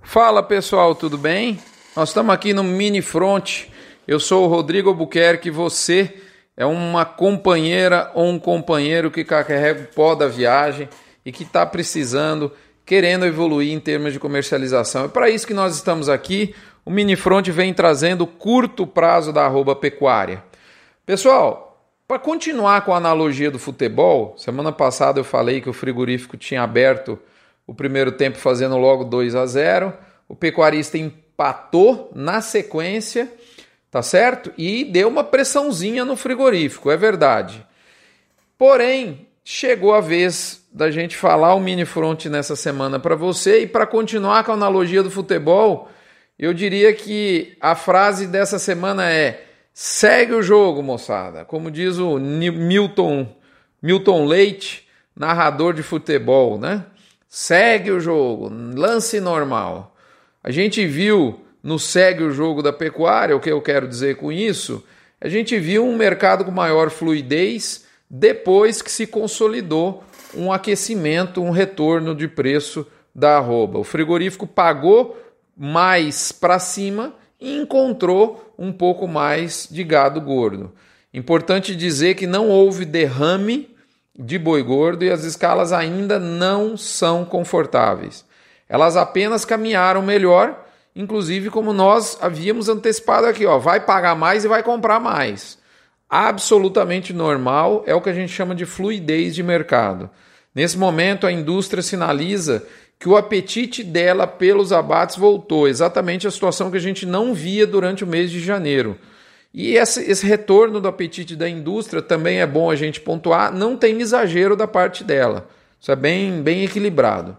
Fala pessoal, tudo bem? Nós estamos aqui no Mini Front. Eu sou o Rodrigo Albuquerque. Você é uma companheira ou um companheiro que carrega o pó da viagem e que está precisando, querendo evoluir em termos de comercialização. É para isso que nós estamos aqui. O Mini Front vem trazendo o curto prazo da @pecuária. Pessoal, para continuar com a analogia do futebol, semana passada eu falei que o frigorífico tinha aberto o primeiro tempo fazendo logo 2-0. O pecuarista empatou na sequência, tá certo? E deu uma pressãozinha no frigorífico, é verdade. Porém, chegou a vez da gente falar o Mini Front nessa semana para você. E para continuar com a analogia do futebol, eu diria que a frase dessa semana é: segue o jogo, moçada. Como diz o Milton Leite, narrador de futebol, né? Segue o jogo, lance normal. A gente viu no segue o jogo da pecuária, o que eu quero dizer com isso, a gente viu um mercado com maior fluidez depois que se consolidou um aquecimento, um retorno de preço da arroba. O frigorífico pagou mais para cima e encontrou um pouco mais de gado gordo. Importante dizer que não houve derrame de boi gordo e as escalas ainda não são confortáveis. Elas apenas caminharam melhor, inclusive como nós havíamos antecipado aqui, vai pagar mais e vai comprar mais. Absolutamente normal, é o que a gente chama de fluidez de mercado. Nesse momento a indústria sinaliza que o apetite dela pelos abates voltou, exatamente a situação que a gente não via durante o mês de janeiro. E esse retorno do apetite da indústria também é bom a gente pontuar, não tem exagero da parte dela. Isso é bem equilibrado.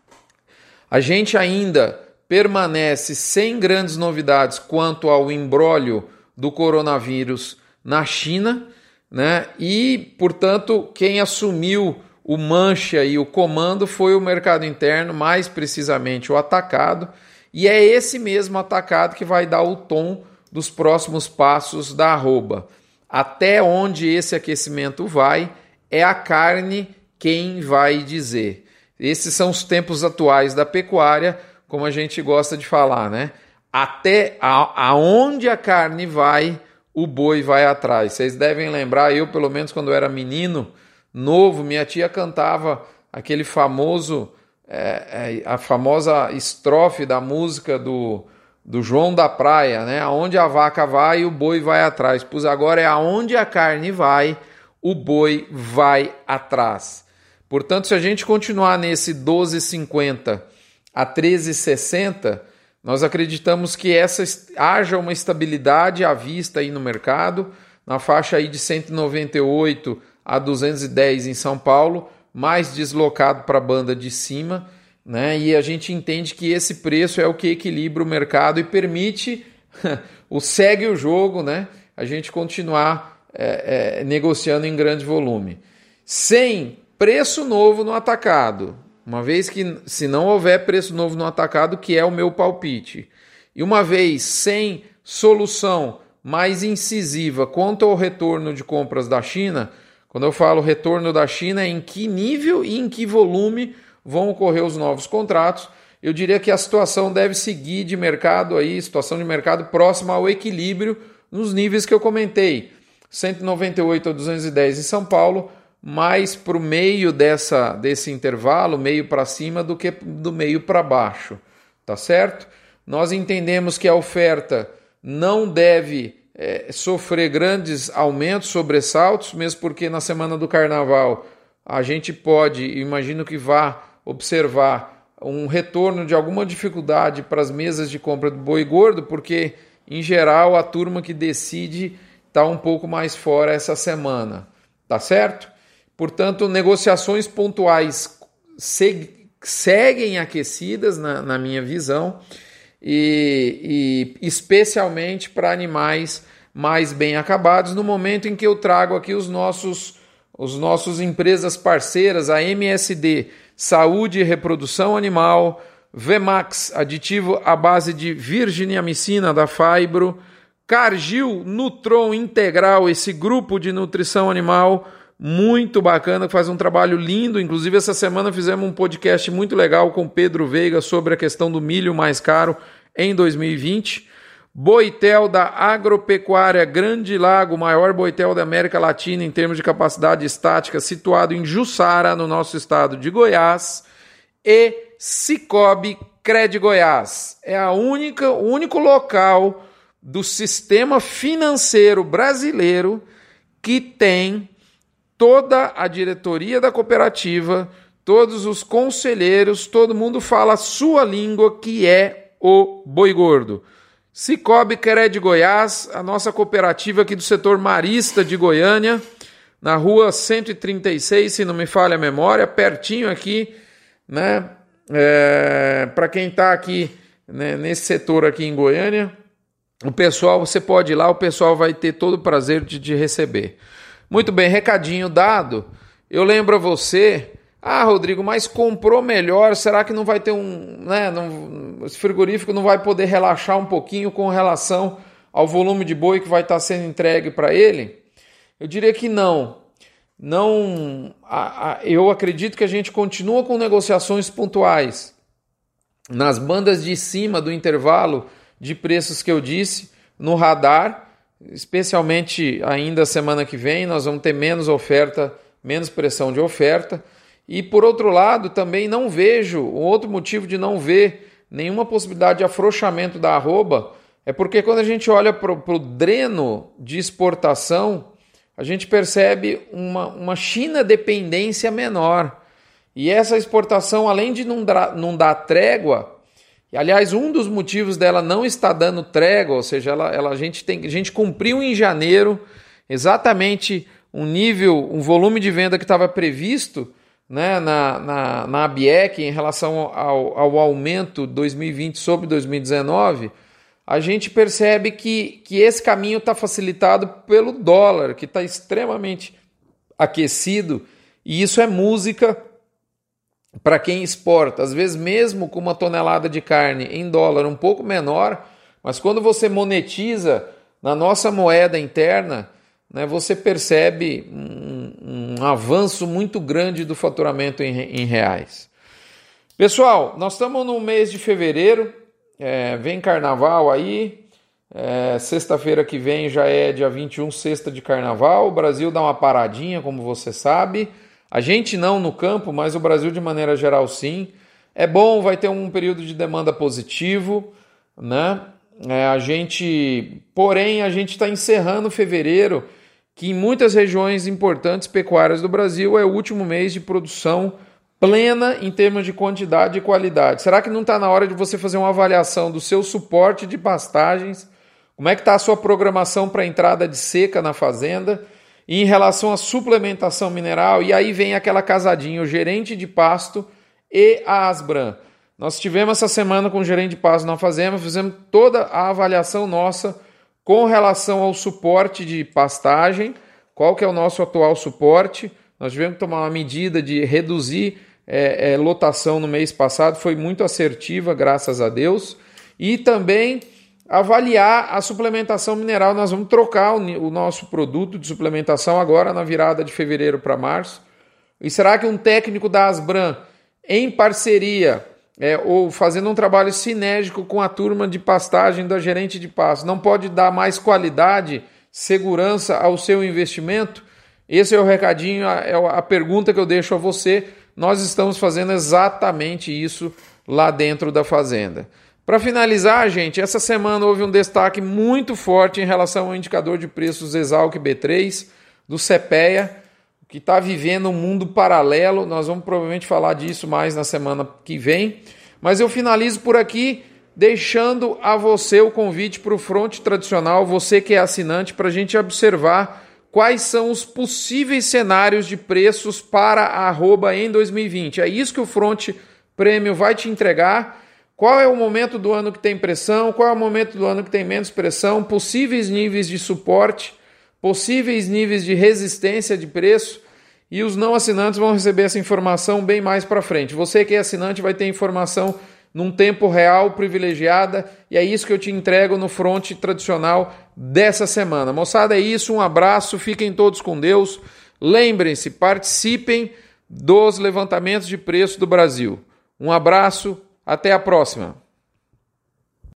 A gente ainda permanece sem grandes novidades quanto ao imbróglio do coronavírus na China, né? E, portanto, quem assumiu o mancha e o comando foi o mercado interno, mais precisamente o atacado, e é esse mesmo atacado que vai dar o tom dos próximos passos da arroba. Até onde esse aquecimento vai, é a carne quem vai dizer. Esses são os tempos atuais da pecuária, como a gente gosta de falar, né? Até aonde a carne vai, o boi vai atrás. Vocês devem lembrar, eu pelo menos quando eu era menino, novo, minha tia cantava aquele famoso, a famosa estrofe da música do João da Praia, né? Aonde a vaca vai, o boi vai atrás. Pois agora é aonde a carne vai, o boi vai atrás. Portanto, se a gente continuar nesse 12,50 a 13,60, nós acreditamos que haja uma estabilidade à vista aí no mercado, na faixa aí de 198 a 210 em São Paulo, mais deslocado para a banda de cima, né? E a gente entende que esse preço é o que equilibra o mercado e permite segue o jogo, né? A gente continuar negociando em grande volume. Sem preço novo no atacado, uma vez que se não houver preço novo no atacado, que é o meu palpite, e uma vez sem solução mais incisiva quanto ao retorno de compras da China, quando eu falo retorno da China, é em que nível e em que volume vão ocorrer os novos contratos. Eu diria que a situação deve seguir de mercado aí, situação de mercado próxima ao equilíbrio nos níveis que eu comentei, 198 a 210 em São Paulo, mais para o meio desse intervalo, meio para cima do que do meio para baixo, tá certo? Nós entendemos que a oferta não deve sofrer grandes aumentos, sobressaltos, mesmo porque na semana do carnaval a gente pode, imagino que vá observar um retorno de alguma dificuldade para as mesas de compra do boi gordo, porque em geral a turma que decide está um pouco mais fora essa semana, tá certo? Portanto, negociações pontuais seguem aquecidas na minha visão e especialmente para animais mais bem acabados, no momento em que eu trago aqui os nossos empresas parceiras, a MSD, Saúde e Reprodução Animal, Vemax, aditivo à base de virginiamicina da Fibro, Cargill Nutron Integral, esse grupo de nutrição animal, muito bacana, que faz um trabalho lindo. Inclusive, essa semana fizemos um podcast muito legal com Pedro Veiga sobre a questão do milho mais caro em 2020. Boitel da Agropecuária Grande Lago, maior boitel da América Latina em termos de capacidade estática, situado em Jussara, no nosso estado de Goiás. E Cicobi Cred Goiás. É o único local do sistema financeiro brasileiro que tem toda a diretoria da cooperativa, todos os conselheiros, todo mundo fala a sua língua, que é o boi gordo. Cicobi Cred Goiás, a nossa cooperativa aqui do setor marista de Goiânia, na rua 136, se não me falha a memória, pertinho aqui, né? Para quem está aqui, né, nesse setor aqui em Goiânia, o pessoal, você pode ir lá, o pessoal vai ter todo o prazer de te receber. Muito bem, recadinho dado. Eu lembro a você, Rodrigo, mas comprou melhor, será que não vai ter esse frigorífico não vai poder relaxar um pouquinho com relação ao volume de boi que vai estar sendo entregue para ele? Eu diria que não. Eu acredito que a gente continua com negociações pontuais nas bandas de cima do intervalo de preços que eu disse, no radar, especialmente ainda semana que vem, nós vamos ter menos oferta, menos pressão de oferta. E por outro lado, também não vejo, outro motivo de não ver nenhuma possibilidade de afrouxamento da arroba, é porque quando a gente olha para o dreno de exportação, a gente percebe uma China dependência menor. E essa exportação, além de não dar trégua, e aliás, um dos motivos dela não estar dando trégua, ou seja, a gente cumpriu em janeiro exatamente um volume de venda que estava previsto, né, na ABIEC em relação ao aumento 2020 sobre 2019, a gente percebe que esse caminho está facilitado pelo dólar, que está extremamente aquecido, e isso é música para quem exporta. Às vezes, mesmo com uma tonelada de carne em dólar um pouco menor, mas quando você monetiza na nossa moeda interna, né, você percebe um avanço muito grande do faturamento em reais. Pessoal, nós estamos no mês de fevereiro, vem carnaval aí, sexta-feira que vem já é dia 21, sexta de carnaval, o Brasil dá uma paradinha, como você sabe. A gente não no campo, mas o Brasil de maneira geral sim. É bom, vai ter um período de demanda positivo, né? Porém, a gente está encerrando fevereiro, que em muitas regiões importantes pecuárias do Brasil é o último mês de produção plena em termos de quantidade e qualidade. Será que não está na hora de você fazer uma avaliação do seu suporte de pastagens? Como é que está a sua programação para a entrada de seca na fazenda? E em relação à suplementação mineral, e aí vem aquela casadinha, o gerente de pasto e a Asbram. Nós tivemos essa semana com o gerente de pasto na fazenda, fizemos toda a avaliação nossa com relação ao suporte de pastagem, qual que é o nosso atual suporte. Nós tivemos que tomar uma medida de reduzir lotação no mês passado, foi muito assertiva, graças a Deus. E também avaliar a suplementação mineral. Nós vamos trocar o nosso produto de suplementação agora na virada de fevereiro para março. E será que um técnico da Asbram, em parceria ou fazendo um trabalho sinérgico com a turma de pastagem da gerente de pasto, não pode dar mais qualidade, segurança ao seu investimento? Esse é o recadinho, é a pergunta que eu deixo a você. Nós estamos fazendo exatamente isso lá dentro da fazenda. Para finalizar, gente, essa semana houve um destaque muito forte em relação ao indicador de preços Exalc B3 do CPEA, que está vivendo um mundo paralelo. Nós vamos provavelmente falar disso mais na semana que vem. Mas eu finalizo por aqui, deixando a você o convite para o Fronte Tradicional, você que é assinante, para a gente observar quais são os possíveis cenários de preços para a arroba em 2020. É isso que o Fronte Prêmio vai te entregar. Qual é o momento do ano que tem pressão, qual é o momento do ano que tem menos pressão, possíveis níveis de suporte, possíveis níveis de resistência de preço, e os não assinantes vão receber essa informação bem mais para frente. Você que é assinante vai ter informação num tempo real, privilegiada, e é isso que eu te entrego no Fronte Tradicional dessa semana. Moçada, é isso, um abraço, fiquem todos com Deus, Lembrem-se, participem dos levantamentos de preço do Brasil. Um abraço, até a próxima.